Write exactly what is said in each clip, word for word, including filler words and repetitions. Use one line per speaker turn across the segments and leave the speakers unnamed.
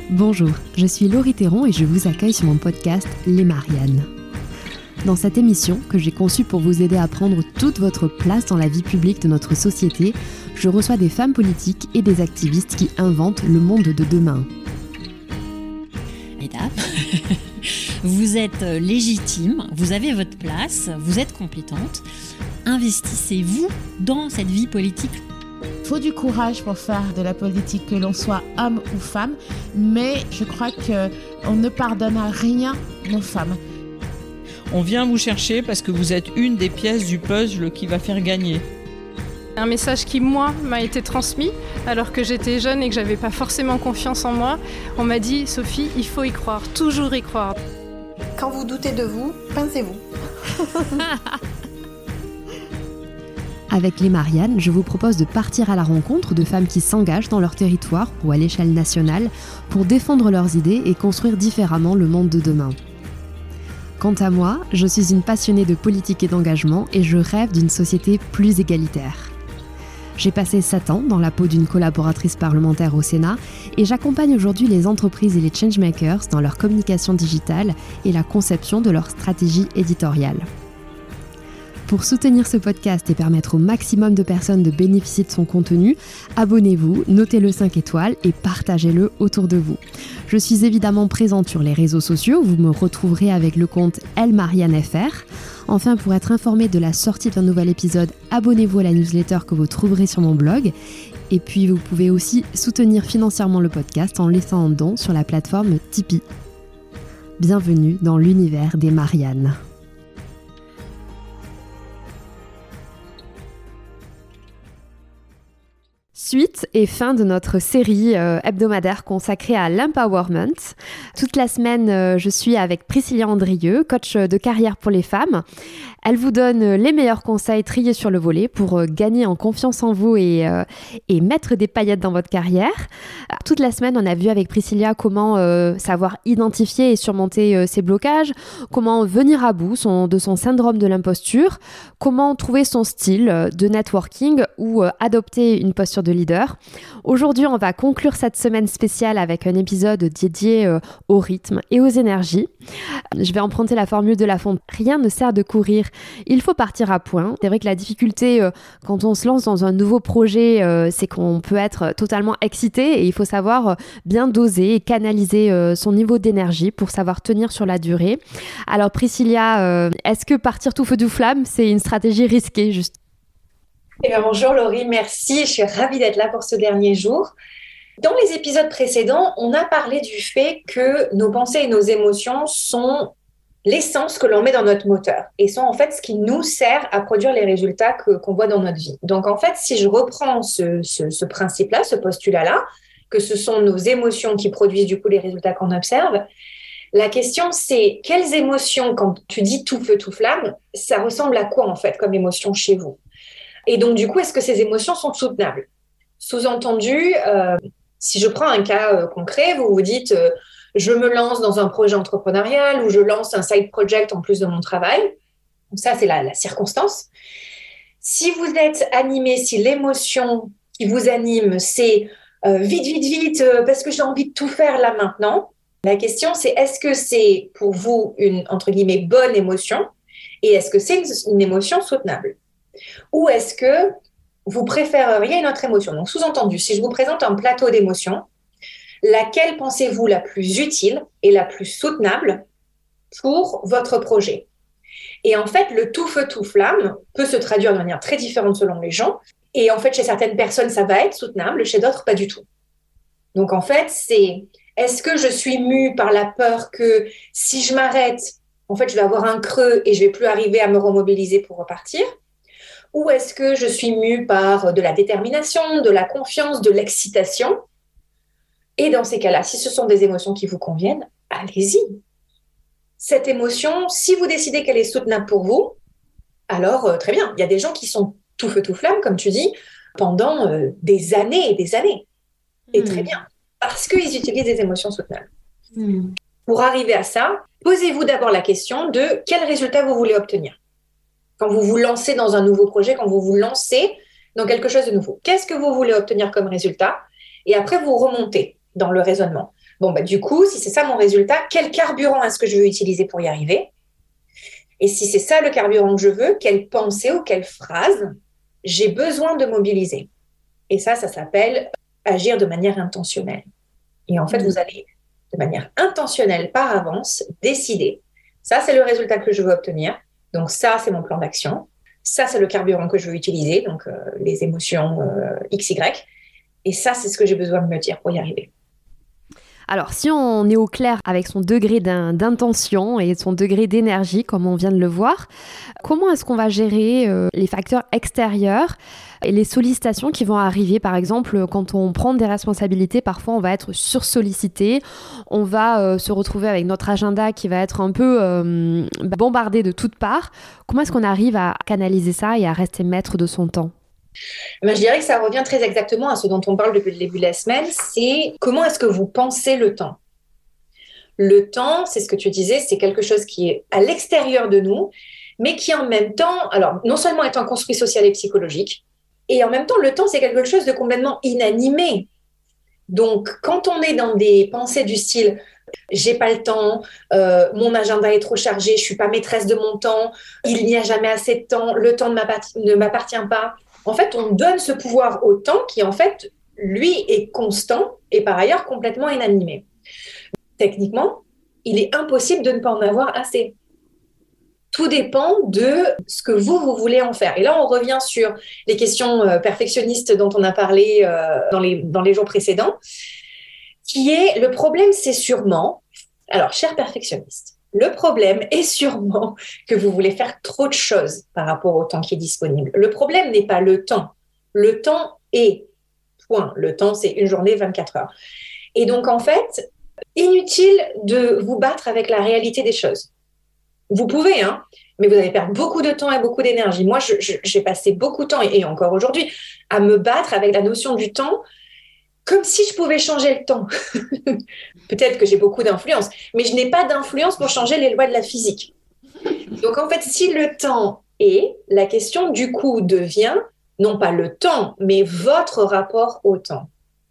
Bonjour, je suis Laurie Théron et je vous accueille sur mon podcast Les Mariannes. Dans cette émission, que j'ai conçue pour vous aider à prendre toute votre place dans la vie publique de notre société, je reçois des femmes politiques et des activistes qui inventent le monde de demain.
Mesdames, vous êtes légitime, vous avez votre place, vous êtes compétente. Investissez-vous dans cette vie politique.
Il faut du courage pour faire de la politique, que l'on soit homme ou femme, mais je crois qu'on ne pardonne à rien nos femmes.
On vient vous chercher parce que vous êtes une des pièces du puzzle qui va faire gagner.
Un message qui, moi, m'a été transmis alors que j'étais jeune et que j'avais pas forcément confiance en moi. On m'a dit, Sophie, il faut y croire, toujours y croire.
Quand vous doutez de vous, pincez-vous.
Avec les Mariannes, je vous propose de partir à la rencontre de femmes qui s'engagent dans leur territoire ou à l'échelle nationale pour défendre leurs idées et construire différemment le monde de demain. Quant à moi, je suis une passionnée de politique et d'engagement et je rêve d'une société plus égalitaire. J'ai passé sept ans dans la peau d'une collaboratrice parlementaire au Sénat et j'accompagne aujourd'hui les entreprises et les changemakers dans leur communication digitale et la conception de leur stratégie éditoriale. Pour soutenir ce podcast et permettre au maximum de personnes de bénéficier de son contenu, abonnez-vous, notez-le cinq étoiles et partagez-le autour de vous. Je suis évidemment présente sur les réseaux sociaux, vous me retrouverez avec le compte Elle Marianne F R. Enfin, pour être informé de la sortie d'un nouvel épisode, abonnez-vous à la newsletter que vous trouverez sur mon blog. Et puis, vous pouvez aussi soutenir financièrement le podcast en laissant un don sur la plateforme Tipeee. Bienvenue dans l'univers des Mariannes. Suite et fin de notre série euh, hebdomadaire consacrée à l'empowerment. Toute la semaine, euh, je suis avec Priscilla Andrieux, coach de carrière pour les femmes. Elle vous donne les meilleurs conseils triés sur le volet pour euh, gagner en confiance en vous et, euh, et mettre des paillettes dans votre carrière. Toute la semaine, on a vu avec Priscilla comment euh, savoir identifier et surmonter euh, ses blocages, comment venir à bout son, de son syndrome de l'imposture, comment trouver son style de networking ou euh, adopter une posture de leader. Aujourd'hui, on va conclure cette semaine spéciale avec un épisode dédié euh, au rythme et aux énergies. Je vais emprunter la formule de La Fontaine. Rien ne sert de courir, il faut partir à point. C'est vrai que la difficulté euh, quand on se lance dans un nouveau projet, euh, c'est qu'on peut être totalement excité et il faut savoir euh, bien doser et canaliser euh, son niveau d'énergie pour savoir tenir sur la durée. Alors Priscilla, euh, est-ce que partir tout feu tout flamme, c'est une stratégie risquée juste?
Eh bien, bonjour Laurie, merci, je suis ravie d'être là pour ce dernier jour. Dans les épisodes précédents, on a parlé du fait que nos pensées et nos émotions sont l'essence que l'on met dans notre moteur et sont en fait ce qui nous sert à produire les résultats que, qu'on voit dans notre vie. Donc en fait, si je reprends ce, ce, ce principe-là, ce postulat-là, que ce sont nos émotions qui produisent du coup les résultats qu'on observe, la question c'est quelles émotions, quand tu dis tout feu tout flamme, ça ressemble à quoi en fait comme émotion chez vous ? Et donc, du coup, est-ce que ces émotions sont soutenables ? Sous-entendu, euh, si je prends un cas euh, concret, vous vous dites euh, « je me lance dans un projet entrepreneurial » ou « je lance un side project en plus de mon travail ». Donc ça, c'est la, la circonstance. Si vous êtes animé, si l'émotion qui vous anime, c'est euh, « vite, vite, vite, euh, parce que j'ai envie de tout faire là maintenant », la question, c'est est-ce que c'est pour vous une, entre guillemets, bonne émotion et est-ce que c'est une, une émotion soutenable ? Ou est-ce que vous préféreriez une autre émotion ? Donc, sous-entendu, si je vous présente un plateau d'émotions, laquelle pensez-vous la plus utile et la plus soutenable pour votre projet ? Et en fait, le tout feu, tout flamme peut se traduire de manière très différente selon les gens. Et en fait, chez certaines personnes, ça va être soutenable, chez d'autres, pas du tout. Donc, en fait, c'est est-ce que je suis mue par la peur que si je m'arrête, en fait, je vais avoir un creux et je vais plus arriver à me remobiliser pour repartir ? Ou est-ce que je suis mue par de la détermination, de la confiance, de l'excitation ? Et dans ces cas-là, si ce sont des émotions qui vous conviennent, allez-y. Cette émotion, si vous décidez qu'elle est soutenable pour vous, alors euh, très bien. Il y a des gens qui sont tout feu tout flamme, comme tu dis, pendant euh, des années et des années. Et mmh. très bien, parce qu'ils utilisent des émotions soutenables. Mmh. Pour arriver à ça, posez-vous d'abord la question de quel résultat vous voulez obtenir. Quand vous vous lancez dans un nouveau projet, quand vous vous lancez dans quelque chose de nouveau. Qu'est-ce que vous voulez obtenir comme résultat ? Et après, vous remontez dans le raisonnement. Bon, bah, du coup, si c'est ça mon résultat, quel carburant est-ce que je veux utiliser pour y arriver? Et si c'est ça le carburant que je veux, quelle pensée ou quelle phrase j'ai besoin de mobiliser? Et ça, ça s'appelle agir de manière intentionnelle. Et en fait, mmh. vous allez, de manière intentionnelle, par avance, décider. Ça, c'est le résultat que je veux obtenir. Donc ça, c'est mon plan d'action. Ça, c'est le carburant que je veux utiliser, donc euh, les émotions euh, X Y. Et ça, c'est ce que j'ai besoin de me dire pour y arriver.
Alors, si on est au clair avec son degré d'in- d'intention et son degré d'énergie, comme on vient de le voir, comment est-ce qu'on va gérer euh, les facteurs extérieurs et les sollicitations qui vont arriver? Par exemple, quand on prend des responsabilités, parfois on va être sursollicité, on va euh, se retrouver avec notre agenda qui va être un peu euh, bombardé de toutes parts. Comment est-ce qu'on arrive à canaliser ça et à rester maître de son temps?
Ben, je dirais que ça revient très exactement à ce dont on parle depuis le début de la semaine, c'est comment est-ce que vous pensez le temps? Le temps, c'est ce que tu disais, c'est quelque chose qui est à l'extérieur de nous, mais qui en même temps, alors non seulement est un construit social et psychologique, et en même temps, le temps, c'est quelque chose de complètement inanimé. Donc, quand on est dans des pensées du style « j'ai pas le temps, euh, mon agenda est trop chargé, je suis pas maîtresse de mon temps, il n'y a jamais assez de temps, le temps ne m'appart- ne m'appartient pas », en fait, on donne ce pouvoir au temps qui, en fait, lui, est constant et par ailleurs complètement inanimé. Techniquement, il est impossible de ne pas en avoir assez. Tout dépend de ce que vous, vous voulez en faire. Et là, on revient sur les questions euh, perfectionnistes dont on a parlé euh, dans les, dans les jours précédents, qui est, le problème, c'est sûrement, alors, cher perfectionniste, le problème est sûrement que vous voulez faire trop de choses par rapport au temps qui est disponible. Le problème n'est pas le temps. Le temps est, point. Le temps, c'est une journée, vingt-quatre heures. Et donc, en fait, inutile de vous battre avec la réalité des choses. Vous pouvez, hein, mais vous allez perdre beaucoup de temps et beaucoup d'énergie. Moi, je, je, j'ai passé beaucoup de temps, et encore aujourd'hui, à me battre avec la notion du temps comme si je pouvais changer le temps. Peut-être que j'ai beaucoup d'influence, mais je n'ai pas d'influence pour changer les lois de la physique. Donc, en fait, si le temps est, la question du coup devient, non pas le temps, mais votre rapport au temps.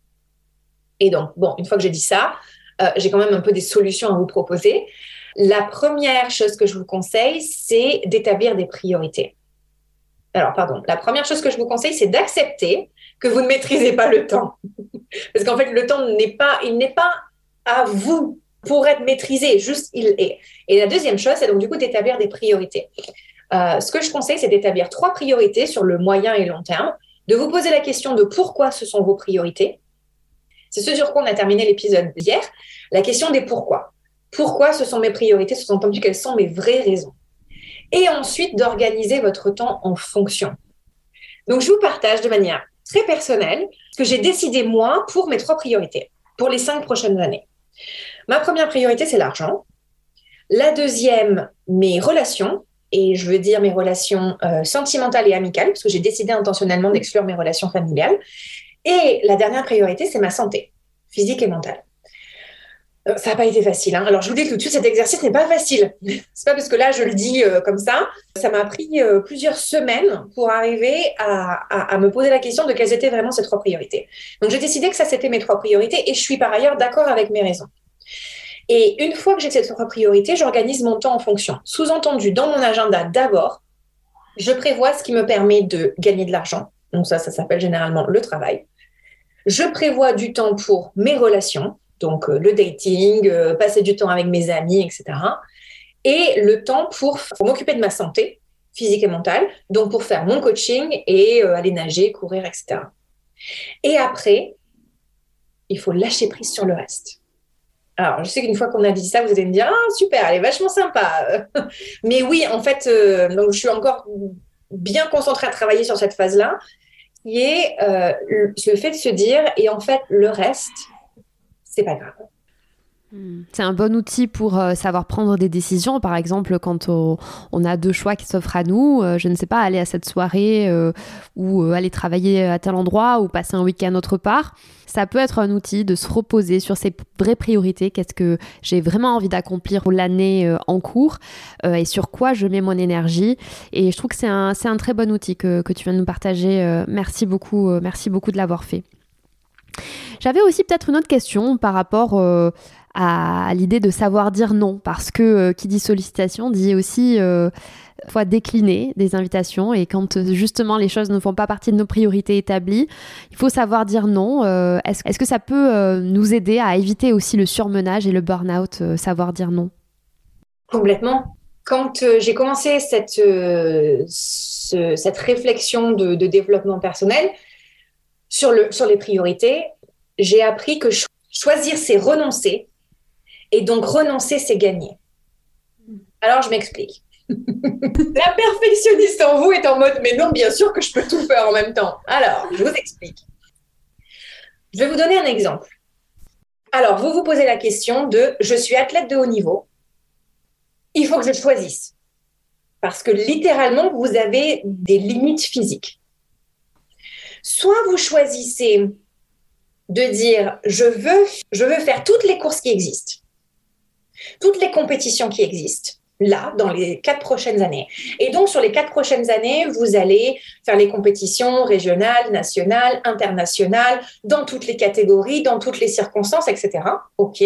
Et donc, bon, une fois que j'ai dit ça, euh, j'ai quand même un peu des solutions à vous proposer. La première chose que je vous conseille, c'est d'établir des priorités. Alors, pardon, la première chose que je vous conseille, c'est d'accepter que vous ne maîtrisez pas le temps. Parce qu'en fait, le temps n'est pas, il n'est pas à vous pour être maîtrisé, juste il est. Et la deuxième chose, c'est donc du coup d'établir des priorités. Euh, ce que je conseille, c'est d'établir trois priorités sur le moyen et long terme, de vous poser la question de pourquoi ce sont vos priorités. C'est ce sur quoi on a terminé l'épisode d'hier, la question des pourquoi. Pourquoi ce sont mes priorités, sous-entendu quelles sont mes vraies raisons. Et ensuite, d'organiser votre temps en fonction. Donc, je vous partage de manière très personnelle ce que j'ai décidé, moi, pour mes trois priorités, pour les cinq prochaines années. Ma première priorité, c'est l'argent. La deuxième, mes relations. Et je veux dire mes relations euh, sentimentales et amicales, parce que j'ai décidé intentionnellement d'exclure mes relations familiales. Et la dernière priorité, c'est ma santé, physique et mentale. Euh, ça n'a pas été facile. Hein. Alors, je vous dis tout de suite, cet exercice n'est pas facile. C'est pas parce que là, je le dis euh, comme ça. Ça m'a pris euh, plusieurs semaines pour arriver à, à, à me poser la question de quelles étaient vraiment ces trois priorités. Donc, j'ai décidé que ça, c'était mes trois priorités et je suis par ailleurs d'accord avec mes raisons. Et une fois que j'ai ces trois priorités, j'organise mon temps en fonction. Sous-entendu, dans mon agenda, d'abord, je prévois ce qui me permet de gagner de l'argent. Donc ça, ça s'appelle généralement le travail. Je prévois du temps pour mes relations, donc euh, le dating, euh, passer du temps avec mes amis, et cetera. Et le temps pour, pour m'occuper de ma santé physique et mentale, donc pour faire mon coaching et euh, aller nager, courir, et cetera. Et après, il faut lâcher prise sur le reste. Alors, je sais qu'une fois qu'on a dit ça, vous allez me dire « Ah, super, elle est vachement sympa !» Mais oui, en fait, euh, donc je suis encore bien concentrée à travailler sur cette phase-là, qui est euh, le, le fait de se dire « Et en fait, le reste, c'est pas grave. »
C'est un bon outil pour euh, savoir prendre des décisions. Par exemple, quand on, on a deux choix qui s'offrent à nous, euh, je ne sais pas, aller à cette soirée euh, ou euh, aller travailler à tel endroit ou passer un week-end autre part. Ça peut être un outil de se reposer sur ses vraies priorités. Qu'est-ce que j'ai vraiment envie d'accomplir pour l'année euh, en cours euh, et sur quoi je mets mon énergie. Et je trouve que c'est un, c'est un très bon outil que, que tu viens de nous partager. Euh, merci beaucoup, euh, merci beaucoup de l'avoir fait. J'avais aussi peut-être une autre question par rapport euh, à l'idée de savoir dire non, parce que euh, qui dit sollicitation dit aussi euh, fois décliner des invitations, et quand euh, justement les choses ne font pas partie de nos priorités établies, il faut savoir dire non. Euh, est-ce, est-ce que ça peut euh, nous aider à éviter aussi le surmenage et le burn-out, euh, savoir dire non?
Complètement. Quand euh, j'ai commencé cette, euh, ce, cette réflexion de, de développement personnel sur, le, sur les priorités, j'ai appris que cho- choisir, c'est renoncer. Et donc, renoncer, c'est gagner. Alors, je m'explique. La perfectionniste en vous est en mode, mais non, bien sûr que je peux tout faire en même temps. Alors, je vous explique. Je vais vous donner un exemple. Alors, vous vous posez la question de, je suis athlète de haut niveau, il faut que je choisisse. Parce que littéralement, vous avez des limites physiques. Soit vous choisissez de dire, je veux, je veux faire toutes les courses qui existent, toutes les compétitions qui existent, là, dans les quatre prochaines années. Et donc, sur les quatre prochaines années, vous allez faire les compétitions régionales, nationales, internationales, dans toutes les catégories, dans toutes les circonstances, et cetera. OK.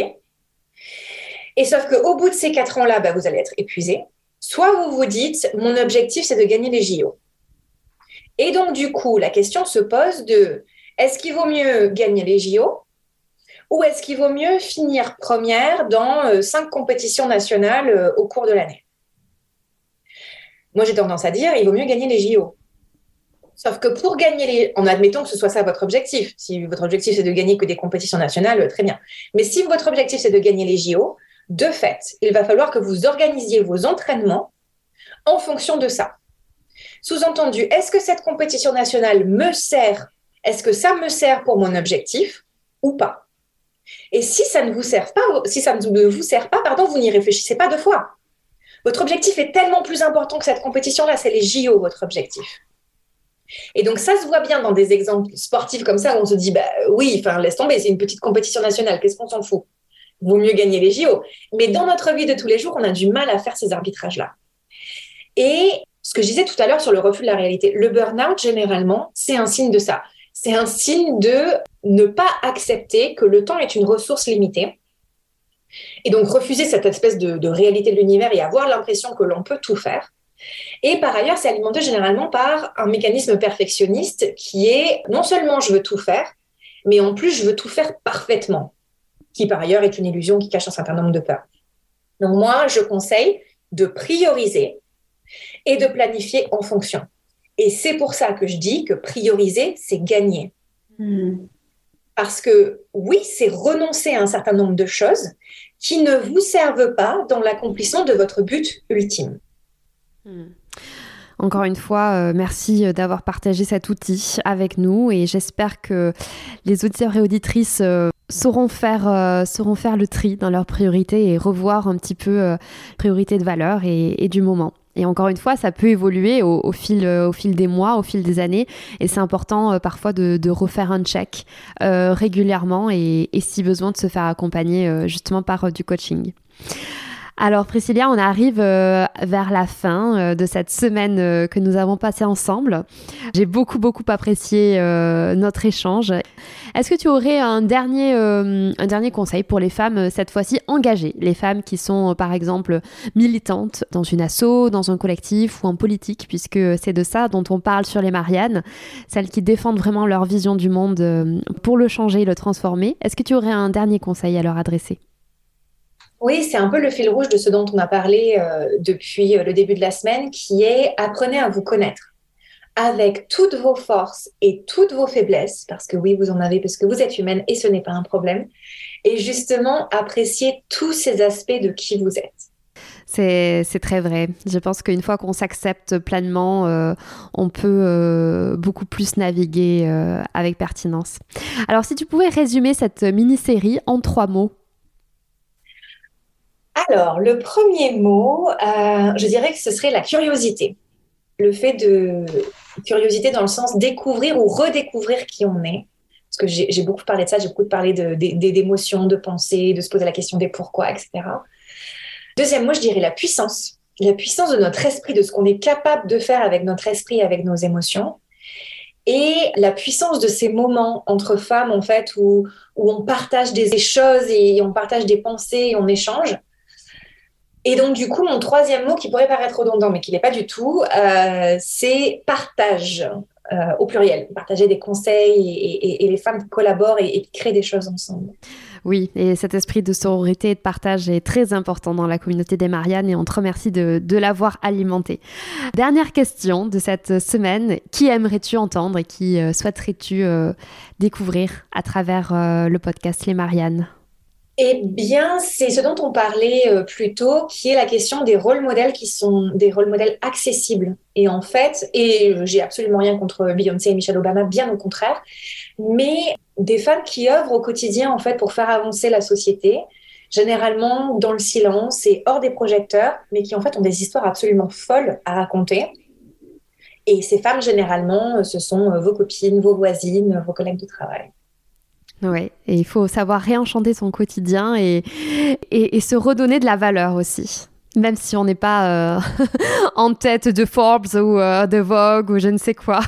Et sauf qu'au bout de ces quatre ans-là, bah, vous allez être épuisé. Soit vous vous dites, mon objectif, c'est de gagner les J O. Et donc, du coup, la question se pose de, est-ce qu'il vaut mieux gagner les J O ou est-ce qu'il vaut mieux finir première dans euh, cinq compétitions nationales euh, au cours de l'année? Moi, j'ai tendance à dire, il vaut mieux gagner les J O. Sauf que pour gagner les... En admettant que ce soit ça votre objectif. Si votre objectif, c'est de gagner que des compétitions nationales, euh, très bien. Mais si votre objectif, c'est de gagner les J O, de fait, il va falloir que vous organisiez vos entraînements en fonction de ça. Sous-entendu, est-ce que cette compétition nationale me sert? Est-ce que ça me sert pour mon objectif ou pas? Et si ça ne vous sert pas, si ça ne vous sert pas, pardon, vous n'y réfléchissez pas deux fois. Votre objectif est tellement plus important que cette compétition-là, c'est les J O, votre objectif. Et donc, ça se voit bien dans des exemples sportifs comme ça, où on se dit, bah oui, enfin, laisse tomber, c'est une petite compétition nationale, qu'est-ce qu'on s'en fout? Vaut mieux gagner les J O. Mais dans notre vie de tous les jours, on a du mal à faire ces arbitrages-là. Et ce que je disais tout à l'heure sur le refus de la réalité, le burn-out, généralement, c'est un signe de ça. C'est un signe de ne pas accepter que le temps est une ressource limitée et donc refuser cette espèce de, de réalité de l'univers et avoir l'impression que l'on peut tout faire. Et par ailleurs, c'est alimenté généralement par un mécanisme perfectionniste qui est non seulement je veux tout faire, mais en plus je veux tout faire parfaitement, qui par ailleurs est une illusion qui cache un certain nombre de peurs. Donc moi, je conseille de prioriser et de planifier en fonction. Et c'est pour ça que je dis que prioriser, c'est gagner. Mmh. Parce que oui, c'est renoncer à un certain nombre de choses qui ne vous servent pas dans l'accomplissement de votre but ultime.
Mmh. Encore une fois, euh, merci d'avoir partagé cet outil avec nous et j'espère que les auditeurs et auditrices euh, sauront faire, euh, sauront faire le tri dans leurs priorités et revoir un petit peu euh, priorités de valeur et, et du moment. Et encore une fois, ça peut évoluer au, au, fil, euh, au fil des mois, au fil des années. Et c'est important euh, parfois de, de refaire un check euh, régulièrement et, et si besoin de se faire accompagner euh, justement par euh, du coaching. Alors Priscilla, on arrive euh, vers la fin euh, de cette semaine euh, que nous avons passée ensemble. J'ai beaucoup beaucoup apprécié euh, notre échange. Est-ce que tu aurais un dernier, euh, un dernier conseil pour les femmes, euh, cette fois-ci engagées, les femmes qui sont euh, par exemple militantes dans une asso, dans un collectif ou en politique, puisque c'est de ça dont on parle sur les Mariannes, celles qui défendent vraiment leur vision du monde euh, pour le changer et le transformer. Est-ce que tu aurais un dernier conseil à leur adresser ?
Oui, c'est un peu le fil rouge de ce dont on a parlé euh, depuis le début de la semaine, qui est apprenez à vous connaître avec toutes vos forces et toutes vos faiblesses, parce que oui, vous en avez, parce que vous êtes humaine et ce n'est pas un problème, et justement apprécier tous ces aspects de qui vous êtes.
C'est, c'est très vrai. Je pense qu'une fois qu'on s'accepte pleinement, euh, on peut euh, beaucoup plus naviguer euh, avec pertinence. Alors, si tu pouvais résumer cette mini-série en trois mots.
Alors, le premier mot, euh, je dirais que ce serait la curiosité. Le fait de... Curiosité dans le sens découvrir ou redécouvrir qui on est. Parce que j'ai, j'ai beaucoup parlé de ça, j'ai beaucoup parlé de, de, de, d'émotions, de pensées, de se poser la question des pourquoi, et cetera. Deuxième mot, je dirais la puissance. La puissance de notre esprit, de ce qu'on est capable de faire avec notre esprit, avec nos émotions. et la puissance de ces moments entre femmes, en fait, où, où on partage des choses et on partage des pensées et on échange. Et donc, du coup, mon troisième mot qui pourrait paraître redondant, mais qui n'est pas du tout, euh, c'est partage, euh, au pluriel. Partager des conseils et, et, et les femmes collaborent et, et créent des choses ensemble.
Oui, et cet esprit de sororité et de partage est très important dans la communauté des Mariannes et on te remercie de, de l'avoir alimenté. Dernière question de cette semaine, qui aimerais-tu entendre et qui euh, souhaiterais-tu euh, découvrir à travers euh, le podcast Les Mariannes ?
Eh bien, c'est ce dont on parlait euh, plus tôt, qui est la question des rôles modèles qui sont des rôles modèles accessibles. Et en fait, et j'ai absolument rien contre Beyoncé et Michelle Obama, bien au contraire, mais des femmes qui œuvrent au quotidien en fait pour faire avancer la société, généralement dans le silence et hors des projecteurs, mais qui en fait ont des histoires absolument folles à raconter. Et ces femmes, généralement, ce sont vos copines, vos voisines, vos collègues de travail.
Oui, et il faut savoir réenchanter son quotidien et, et, et se redonner de la valeur aussi. Même si on n'est pas euh, en tête de Forbes ou euh, de Vogue ou je ne sais quoi.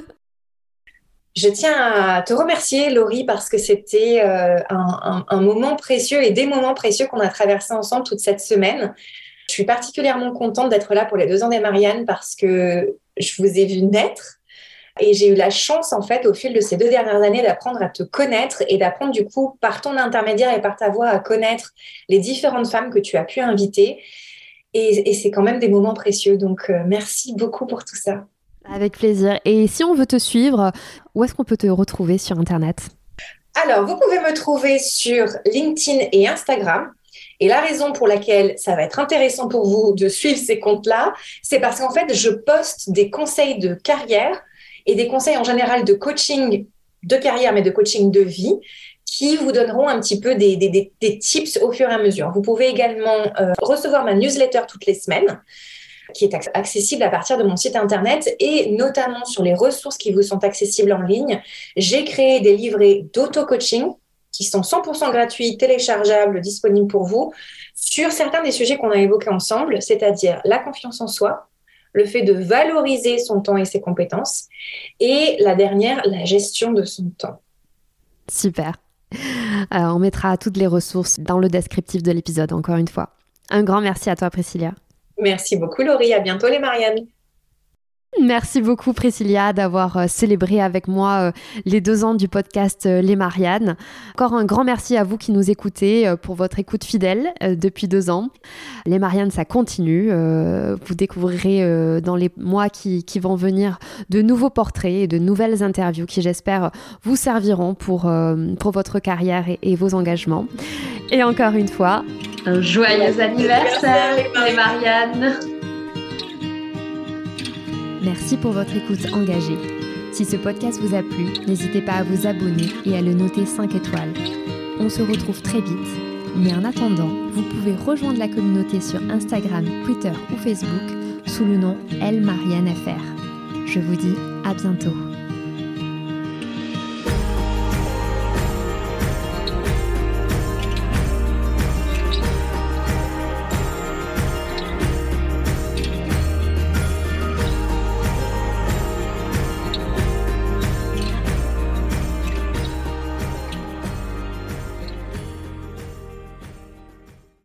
Je tiens à te remercier, Laurie, parce que c'était euh, un, un, un moment précieux et des moments précieux qu'on a traversés ensemble toute cette semaine. Je suis particulièrement contente d'être là pour les deux ans des Mariannes parce que je vous ai vu naître. Et j'ai eu la chance, en fait, au fil de ces deux dernières années, d'apprendre à te connaître et d'apprendre, du coup, par ton intermédiaire et par ta voix, à connaître les différentes femmes que tu as pu inviter. Et, et c'est quand même des moments précieux. Donc, euh, merci beaucoup pour tout ça.
Avec plaisir. Et si on veut te suivre, où est-ce qu'on peut te retrouver sur Internet ?
Alors, vous pouvez me trouver sur LinkedIn et Instagram. Et la raison pour laquelle ça va être intéressant pour vous de suivre ces comptes-là, c'est parce qu'en fait, je poste des conseils de carrière et des conseils en général de coaching de carrière, mais de coaching de vie, qui vous donneront un petit peu des, des, des, des tips au fur et à mesure. Vous pouvez également euh, recevoir ma newsletter toutes les semaines, qui est accessible à partir de mon site internet et notamment sur les ressources qui vous sont accessibles en ligne. J'ai créé des livrets d'auto-coaching qui sont cent pour cent gratuits, téléchargeables, disponibles pour vous, sur certains des sujets qu'on a évoqués ensemble, c'est-à-dire la confiance en soi, le fait de valoriser son temps et ses compétences, et la dernière, la gestion de son temps.
Super. Alors, on mettra toutes les ressources dans le descriptif de l'épisode, encore une fois. Un grand merci à toi, Priscilla.
Merci beaucoup, Laurie. À bientôt, les Mariannes.
Merci beaucoup Priscilla d'avoir euh, célébré avec moi euh, les deux ans du podcast euh, Les Mariannes. Encore un grand merci à vous qui nous écoutez euh, pour votre écoute fidèle euh, depuis deux ans. Les Mariannes, ça continue. Euh, vous découvrirez euh, dans les mois qui, qui vont venir de nouveaux portraits et de nouvelles interviews qui, j'espère, vous serviront pour, euh, pour votre carrière et, et vos engagements. Et encore une fois, un joyeux anniversaire, les Mariannes. Merci pour votre écoute engagée. Si ce podcast vous a plu, n'hésitez pas à vous abonner et à le noter cinq étoiles. On se retrouve très vite, mais en attendant, vous pouvez rejoindre la communauté sur Instagram, Twitter ou Facebook sous le nom Elle Marianne F R. Je vous dis à bientôt.